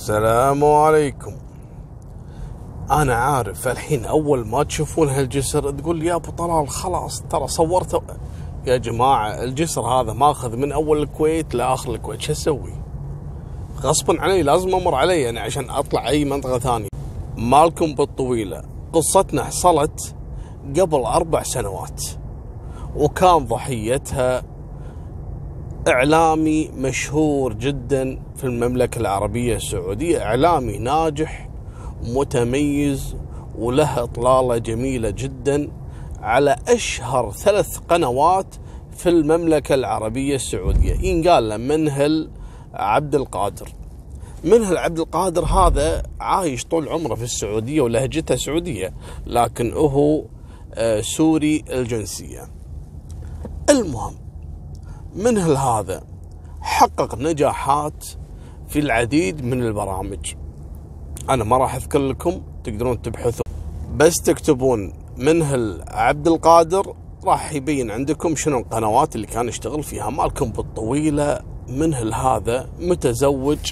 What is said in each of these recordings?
السلام عليكم. أنا عارف الحين أول ما تشوفون هالجسر تقول يا أبو طلال خلاص ترى صورته. يا جماعة الجسر هذا ماخذ من أول الكويت لآخر الكويت، شو أسوي؟ غصبا علي لازم أمر علي يعني عشان أطلع أي منطقة ثانية. مالكم بالطويلة، قصتنا حصلت قبل 4 سنوات وكان ضحيتها إعلامي مشهور جدا في المملكة العربية السعودية، إعلامي ناجح متميز وله إطلالة جميلة جدا على أشهر 3 قنوات في المملكة العربية السعودية، ينقال له منهل عبد القادر. منهل عبد القادر هذا عايش طول عمره في السعودية ولهجته سعودية، لكن هو سوري الجنسية. المهم منهل هذا حقق نجاحات في العديد من البرامج، أنا ما راح أذكر لكم، تقدرون تبحثون بس تكتبون منهل عبد القادر راح يبين عندكم شنو القنوات اللي كان يشتغل فيها. مالكم بالطويلة، منهل هذا متزوج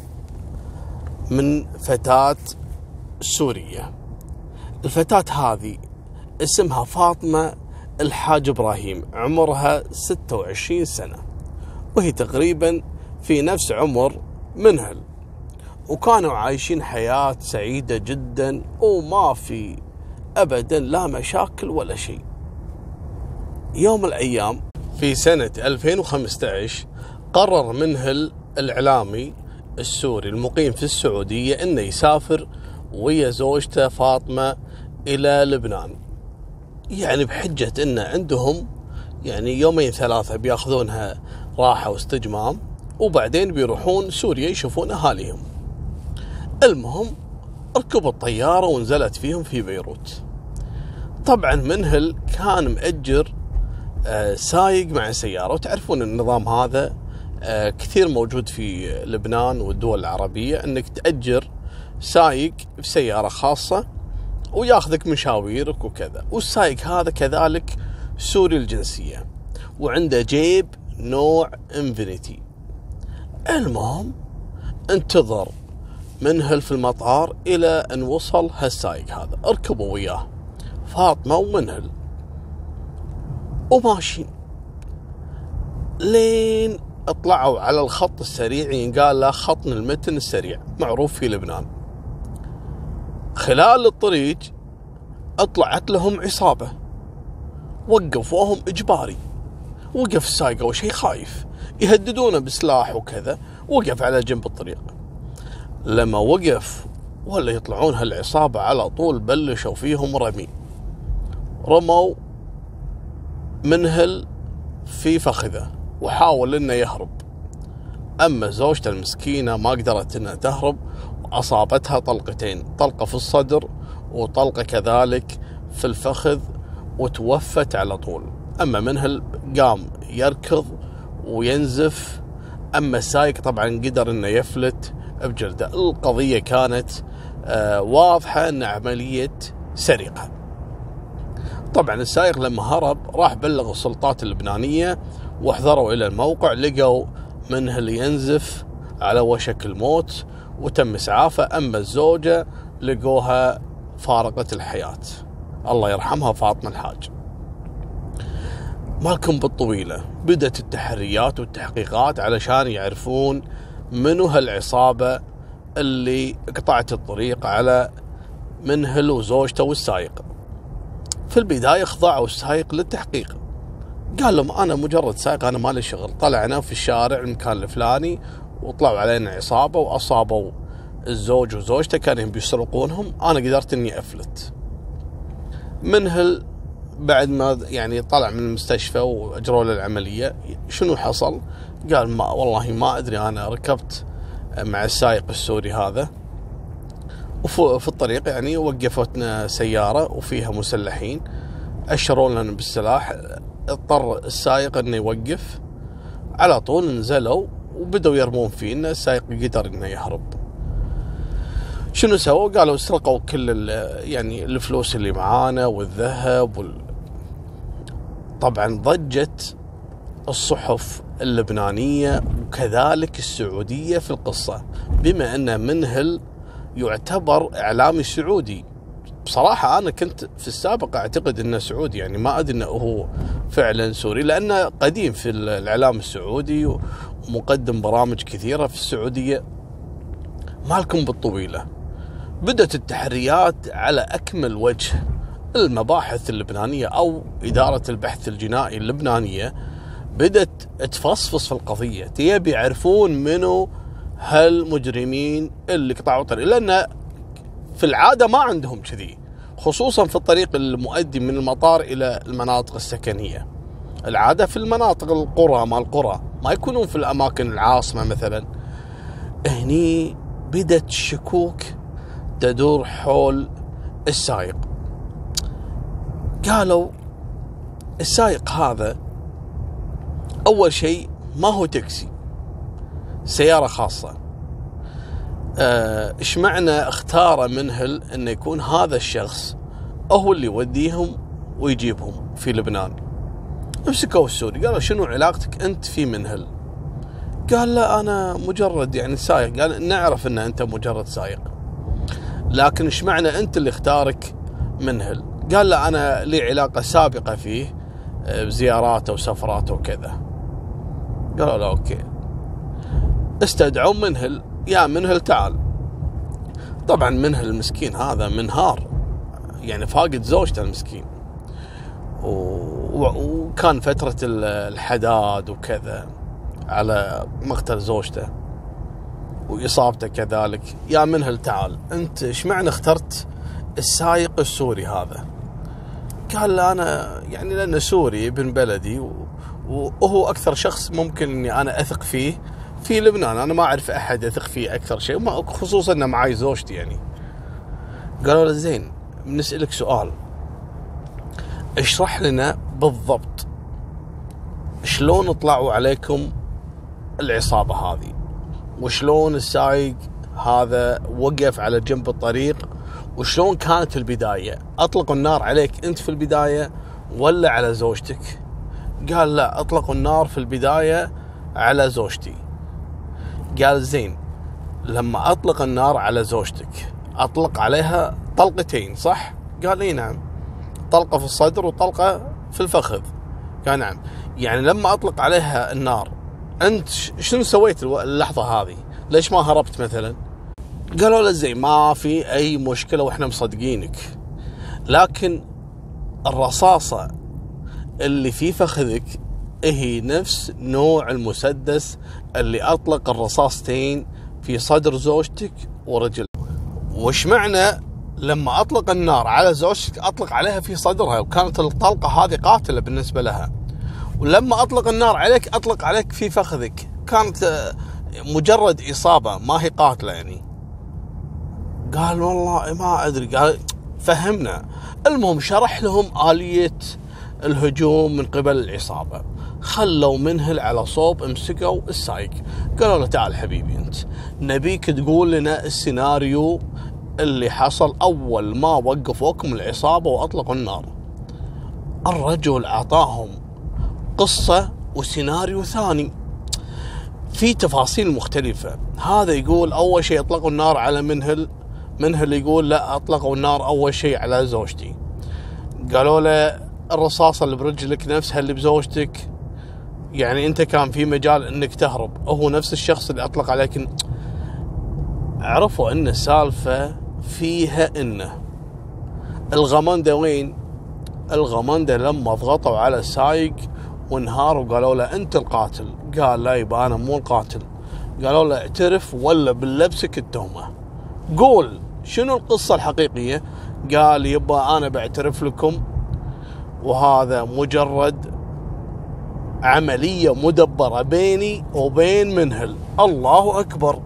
من فتاة سورية. الفتاة هذه اسمها فاطمة الحاج إبراهيم، عمرها 26 سنة، وهي تقريبا في نفس عمر منهل، وكانوا عايشين حياة سعيدة جدا وما في أبدا لا مشاكل ولا شيء. يوم من الأيام في سنة 2015 قرر منهل الإعلامي السوري المقيم في السعودية أنه يسافر ويا زوجته فاطمة إلى لبنان، يعني بحجة أنه عندهم يعني 2-3 بياخذونها راحة واستجمام وبعدين بيروحون سوريا يشوفون أهاليهم. المهم ركبوا الطيارة ونزلت فيهم في بيروت. طبعا منهل كان مأجر سايق مع سيارة، وتعرفون النظام هذا كثير موجود في لبنان والدول العربية، أنك تأجر سايق في سيارة خاصة وياخذك مشاويرك وكذا. والسايق هذا كذلك سوري الجنسية وعنده جيب نوع انفينيتي. المهم انتظر منهل في المطار إلى أن وصل هالسايق هذا، اركبوا وياه فاطمة ومنهل وماشيين لين اطلعوا على الخط السريع، ينقال له خط المتن السريع معروف في لبنان. خلال الطريق اطلعت لهم عصابة وقفوهم إجباري. وقف السايق أول شيء خايف، يهددونه بسلاح وكذا، وقف على جنب الطريق. لما وقف ولا يطلعون هالعصابة على طول بلشوا فيهم رموا منهل في فخذه وحاول انه يهرب، اما زوجته المسكينة ما قدرت انها تهرب، واصابتها طلقتين، طلقة في الصدر وطلقة كذلك في الفخذ، وتوفت على طول. اما منهل قام يركض وينزف، اما السايق طبعا قدر انه يفلت بجلده. القضية كانت واضحة ان عملية سرقة. طبعا السائق لما هرب راح بلغ السلطات اللبنانية واحضروا الى الموقع، لقوا منهل ينزف على وشك الموت وتم اسعافه، اما الزوجة لقوها فارقة الحياة، الله يرحمها فاطمة الحاج. مالكم بالطويلة، بدأت التحريات والتحقيقات علشان يعرفون منو هالعصابة اللي قطعت الطريق على منهل وزوجته والسايق. في البداية خضعوا السايق للتحقيق، قال لهم أنا مجرد سايق، أنا مالي شغل، طلعنا في الشارع المكان الفلاني وطلعوا علينا عصابة وأصابوا الزوج وزوجته كانوا بيسرقونهم، أنا قدرت إني أفلت. منهل بعد ما يعني طلع من المستشفى وأجروا له العملية، شنو حصل؟ قال ما والله ما أدري، أنا ركبت مع السائق السوري هذا وفي الطريق يعني وقفتنا سيارة وفيها مسلحين أشروا لنا بالسلاح، اضطر السائق إنه يوقف، على طول نزلوا وبدوا يرمون فينا. السائق قدر إنه يهرب. شنو سووا؟ قالوا سرقوا كل يعني الفلوس اللي معانا والذهب طبعا ضجت الصحف اللبنانية وكذلك السعودية في القصة، بما أن منهل يعتبر إعلامي سعودي. بصراحة أنا كنت في السابق أعتقد أنه سعودي، يعني ما أدري أنه هو فعلا سوري، لأنه قديم في الإعلام السعودي ومقدم برامج كثيرة في السعودية. مالكم بالطويلة، بدأت التحريات على أكمل وجه. المباحث اللبنانية أو إدارة البحث الجنائي اللبنانية بدأت تفصفص في القضية، تيبي يعرفون منو هالمجرمين اللي قطعوا طريق، لأن في العادة ما عندهم كذي، خصوصا في الطريق المؤدي من المطار إلى المناطق السكنية. العادة في المناطق القرى، ما يكونون في الأماكن العاصمة مثلا. هني بدأت الشكوك تدور حول السائق. قالوا السائق هذا أول شيء ما هو تاكسي، سيارة خاصة. إيش معنى اختار منهل أن يكون هذا الشخص هو اللي يوديهم ويجيبهم في لبنان؟ امسكوا السوري، قالوا شنو علاقتك أنت في منهل؟ قال لا أنا مجرد يعني سائق. قال نعرف أن أنت مجرد سائق، لكن إيش معنى أنت اللي اختارك منهل؟ قال لا أنا لي علاقة سابقة فيه بزياراته وسفراته وكذا. قالوا لا أوكي، استدعوا منهل، يا منهل تعال. طبعا منهل المسكين هذا منهار، يعني فاقد زوجته المسكين، وكان فترة الحداد وكذا على مقتل زوجته وإصابته كذلك. يا منهل تعال، أنت إيش معنى اخترت السائق السوري هذا؟ قال لا أنا يعني لأنه سوري ابن بلدي وهو أكثر شخص ممكن أني أنا أثق فيه في لبنان، أنا ما أعرف أحد أثق فيه أكثر شيء، خصوصا أنه معي زوجتي يعني. قالوا له زين بنسألك سؤال، اشرح لنا بالضبط شلون طلعوا عليكم العصابة هذه، وشلون السائق هذا وقف على جنب الطريق، وشلون كانت البداية؟ أطلقوا النار عليك أنت في البداية ولا على زوجتك؟ قال لا أطلقوا النار في البداية على زوجتي. قال زين لما أطلق النار على زوجتك أطلق عليها طلقتين صح؟ قال اي نعم، طلقة في الصدر وطلقة في الفخذ. قال نعم، يعني لما أطلق عليها النار أنت شنو سويت اللحظة هذه؟ ليش ما هربت مثلا؟ قالوا له زين ما في أي مشكلة وإحنا مصدقينك، لكن الرصاصة اللي في فخذك هي نفس نوع المسدس اللي أطلق الرصاصتين في صدر زوجتك ورجل. وش معنى لما أطلق النار على زوجتك أطلق عليها في صدرها وكانت الطلقة هذه قاتلة بالنسبة لها، ولما أطلق النار عليك أطلق عليك في فخذك كانت مجرد إصابة ما هي قاتلة يعني؟ قال والله ما أدري. قال فهمنا. المهم شرح لهم آلية الهجوم من قبل العصابة، خلوا منهل على صوب، امسكوا السايق قالوا له تعال حبيبي أنت نبيك تقول لنا السيناريو اللي حصل أول ما وقفوكم العصابة وأطلقوا النار. الرجل أعطاهم قصة وسيناريو ثاني في تفاصيل مختلفة. هذا يقول أول شيء أطلقوا النار على منهل يقول لا أطلقوا النار أول شيء على زوجتي. قالوا له الرصاصة اللي برجلك نفسها اللي بزوجتك، يعني أنت كان في مجال أنك تهرب، هو نفس الشخص اللي أطلق عليك. عرفوا أن السالفة فيها أنه الغمندة وين؟ الغمندة لما ضغطوا على السايق وانهار وقالوا له أنت القاتل. قال لا يبقى أنا مو القاتل. قالوا له اعترف ولا بنلبسك التهمة، قول شنو القصة الحقيقية. قال يبقى أنا بعترف لكم، وهذا مجرد عملية مدبرة بيني وبين منهل. الله أكبر.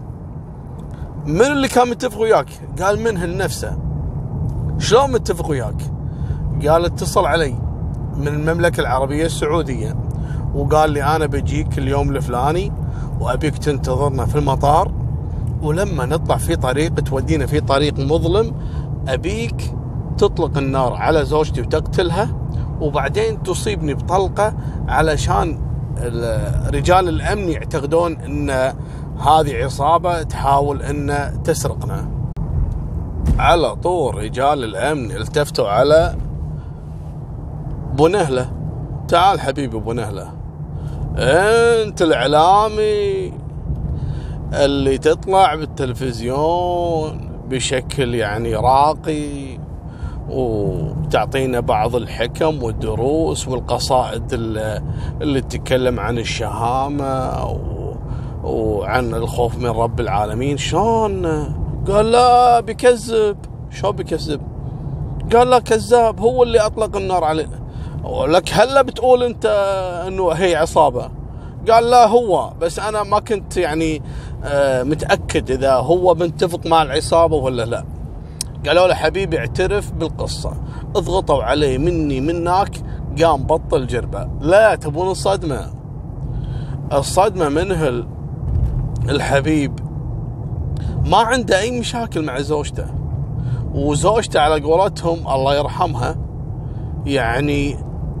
من اللي كان متفق وياك؟ قال منهل نفسه. شلون متفق وياك؟ قال اتصل علي من المملكة العربية السعودية وقال لي أنا بجيك اليوم الفلاني وأبيك تنتظرنا في المطار، ولما نطلع في طريق تودينا في طريق مظلم أبيك تطلق النار على زوجتي وتقتلها، وبعدين تصيبني بطلقة علشان رجال الأمن يعتقدون أن هذه عصابة تحاول أن تسرقنا. على طول رجال الأمن التفتوا على أبو نهلة. تعال حبيبي أبو نهلة، أنت الإعلامي اللي تطلع بالتلفزيون بشكل يعني راقي وتعطينا بعض الحكم والدروس والقصائد اللي تتكلم عن الشهامة وعن الخوف من رب العالمين، شلون؟ قال لا بيكذب. شو بيكذب؟ قال لا كذاب، هو اللي أطلق النار عليه. لك هلا بتقول أنت أنه هي عصابة؟ قال لا هو، بس أنا ما كنت يعني متأكد إذا هو متفق مع العصابة ولا لا. قالوا له حبيبي اعترف بالقصة. اضغطوا عليه مني منك، قام بطل جربة. لا تبون الصدمة؟ الصدمة منه الحبيب ما عنده أي مشاكل مع زوجته، وزوجته على قولتهم الله يرحمها يعني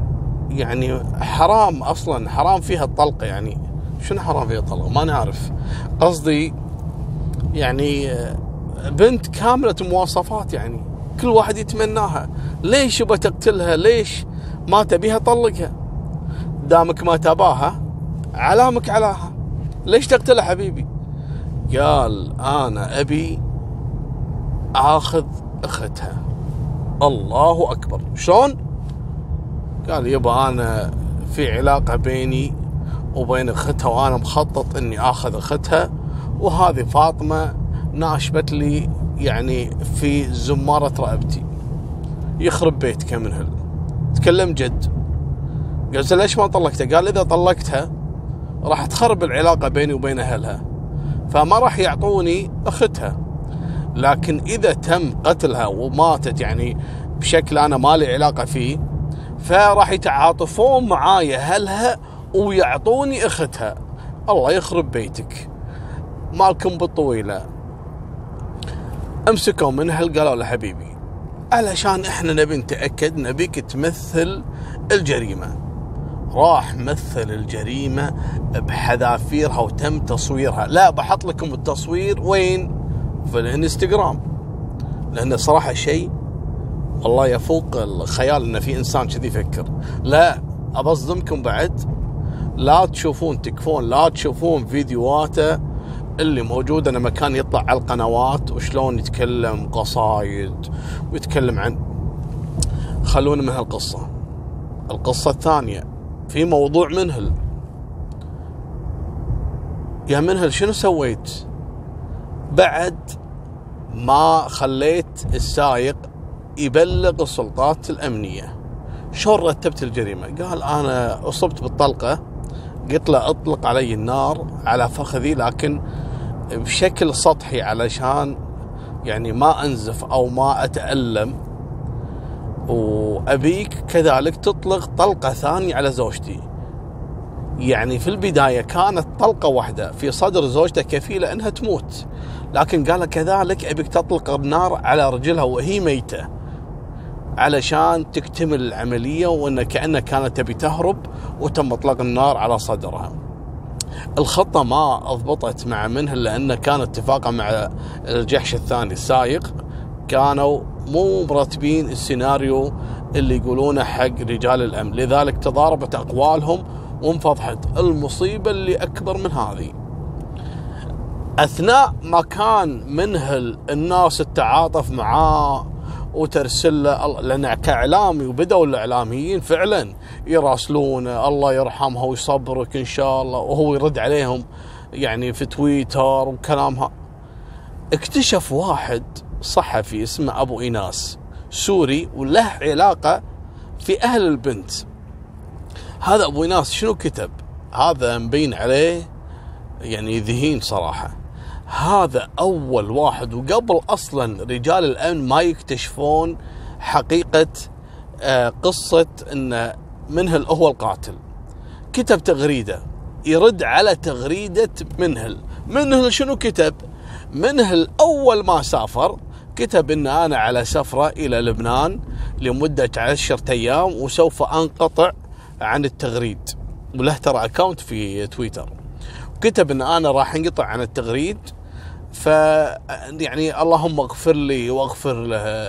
حرام أصلا، حرام فيها الطلقة. يعني شنو حرام فيها الطلقة؟ ما نعرف. قصدي يعني بنت كاملة مواصفات، يعني كل واحد يتمناها. ليش يبغى تقتلها؟ ليش ما تبيها؟ طلقها. دامك ما تباها علامك علاها، ليش تقتلها حبيبي؟ قال أنا أبي آخذ أختها. الله أكبر. شلون؟ قال يبا أنا في علاقة بيني وبين أختها، وأنا مخطط أني آخذ أختها، وهذه فاطمة ناشبت لي يعني في زمارة رقبتي. يخرب بيتك من تكلم جد. قال ليش ما طلقتها؟ قال إذا طلقتها راح تخرب العلاقة بيني وبين أهلها، فما راح يعطوني أختها. لكن إذا تم قتلها وماتت يعني بشكل أنا ما لي علاقة فيه، فراح يتعاطفون معايا أهلها ويعطوني أختها. الله يخرب بيتك مالكم بالطويلة. امسكوا منها قالوا له حبيبي علشان احنا نبي نتأكد نبيك تمثل الجريمة. راح مثل الجريمة بحذافيرها وتم تصويرها. لا بحط لكم التصوير وين؟ في الانستغرام، لأنه صراحة شيء والله يفوق الخيال ان في انسان كذي يفكر. لا ابصدمكم بعد، لا تشوفون تكفون لا تشوفون فيديوهاته اللي موجودة لما كان يطلع على القنوات وشلون يتكلم قصايد ويتكلم عن. خلونا من هالقصة. القصة الثانية في موضوع منهل. يا منهل شنو سويت بعد ما خليت السائق يبلغ السلطات الأمنية؟ شلون رتبت الجريمة؟ قال أنا أصبت بالطلقة، قلت له أطلق علي النار على فخذي لكن بشكل سطحي علشان يعني ما أنزف أو ما أتألم، وأبيك كذلك تطلق طلقة ثانية على زوجتي. يعني في البداية كانت طلقة واحدة في صدر زوجته كفيلة أنها تموت، لكن قال كذلك أبيك تطلق النار على رجلها وهي ميتة علشان تكتمل العملية، وأن كأنها كانت تبي تهرب وتم إطلاق النار على صدرها. الخطة ما أضبطت مع منهل لأن كان اتفاقا مع الجحش الثاني السائق، كانوا مو مرتبين السيناريو اللي يقولونه حق رجال الأمن، لذلك تضاربت أقوالهم وانفضحت المصيبة اللي أكبر من هذه. أثناء ما كان منهل الناس تتعاطف معاه وترسل له، لأن كإعلامي وبدأوا الإعلاميين فعلا يراسلونه الله يرحمها ويصبرك إن شاء الله، وهو يرد عليهم يعني في تويتر وكلامها. اكتشف واحد صحفي اسمه أبو إيناس سوري وله علاقة في أهل البنت. هذا أبو إيناس شنو كتب؟ هذا مبين عليه يعني ذهين صراحة. هذا أول واحد، وقبل أصلا رجال الأمن ما يكتشفون حقيقة قصة أن منهل هو القاتل، كتب تغريدة يرد على تغريدة منهل. منهل شنو كتب؟ منهل أول ما سافر كتب أن أنا على سفرة إلى لبنان لمدة 10 أيام وسوف أنقطع عن التغريد. وله ترى اكاونت في تويتر، وكتب ان انا راح انقطع عن التغريد، ف يعني اللهم اغفر لي واغفر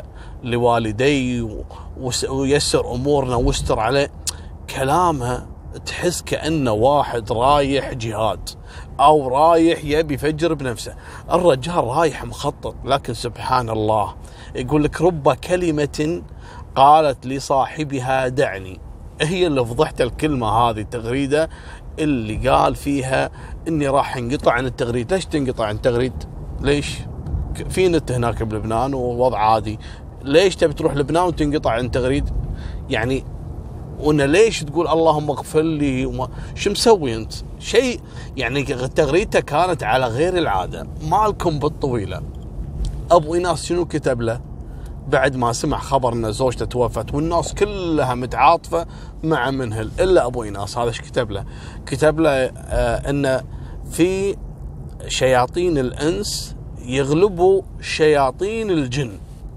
لوالدي ويسر امورنا واستر عليه. كلامه تحس كأنه واحد رايح جهاد او رايح يبي يفجر بنفسه. الرجال رايح مخطط، لكن سبحان الله يقول لك رب كلمة قالت لصاحبها دعني. هي اللي فضحت الكلمة هذه، التغريدة اللي قال فيها اني راح انقطع عن التغريد. ليش تنقطع عن التغريد؟ ليش؟ في نت هناك بلبنان ووضع عادي، ليش تبي تروح لبنان وتنقطع عن التغريد؟ يعني وانا ليش تقول اللهم اغفر لي شو مسوي انت؟ شيء يعني تغريدته كانت على غير العاده. مالكم بالطويله. ابو ايناس شنو كتب له بعد ما سمع خبر ان زوجته توفت والناس كلها متعاطفه مع منهل الا ابو ايناس؟ هذا ايش كتب له؟ كتب له ان في شياطين الانس يغلبوا شياطين الجن.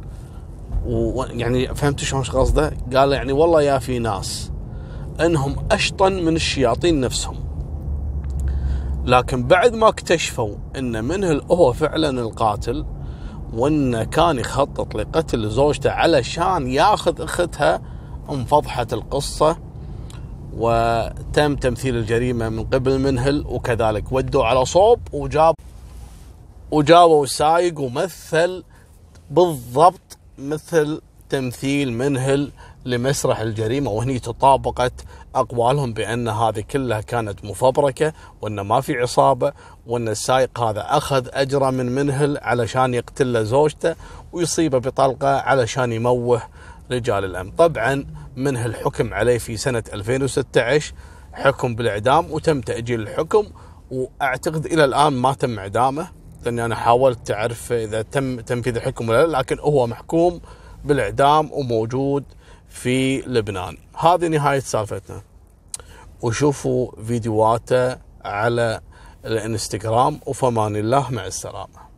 ويعني فهمت شلون قصده؟ قال يعني والله يا في ناس انهم اشطن من الشياطين نفسهم، لكن بعد ما اكتشفوا ان منهل هو فعلا القاتل، وانه كان يخطط لقتل زوجته علشان ياخذ اختها، انفضحت القصه وتم تمثيل الجريمه من قبل منهل، وكذلك ودوا على صوب وجابوا السايق ومثل بالضبط مثل تمثيل منهل لمسرح الجريمة. وهني تطابقت أقوالهم بأن هذه كلها كانت مفبركة، وأن ما في عصابة، وأن السائق هذا أخذ أجره من منهل علشان يقتل زوجته ويصيبه بطلقة علشان يموه رجال الأمن. طبعا منهل حكم عليه في سنة 2016 حكم بالإعدام، وتم تأجيل الحكم، وأعتقد إلى الآن ما تم إعدامه، لأني أنا حاولت أعرف إذا تم تنفيذ الحكم ولا لا، لكن هو محكوم بالإعدام وموجود في لبنان. هذه نهاية سالفتنا، وشوفوا فيديوهاته على الانستغرام، وفمان الله، مع السلامة.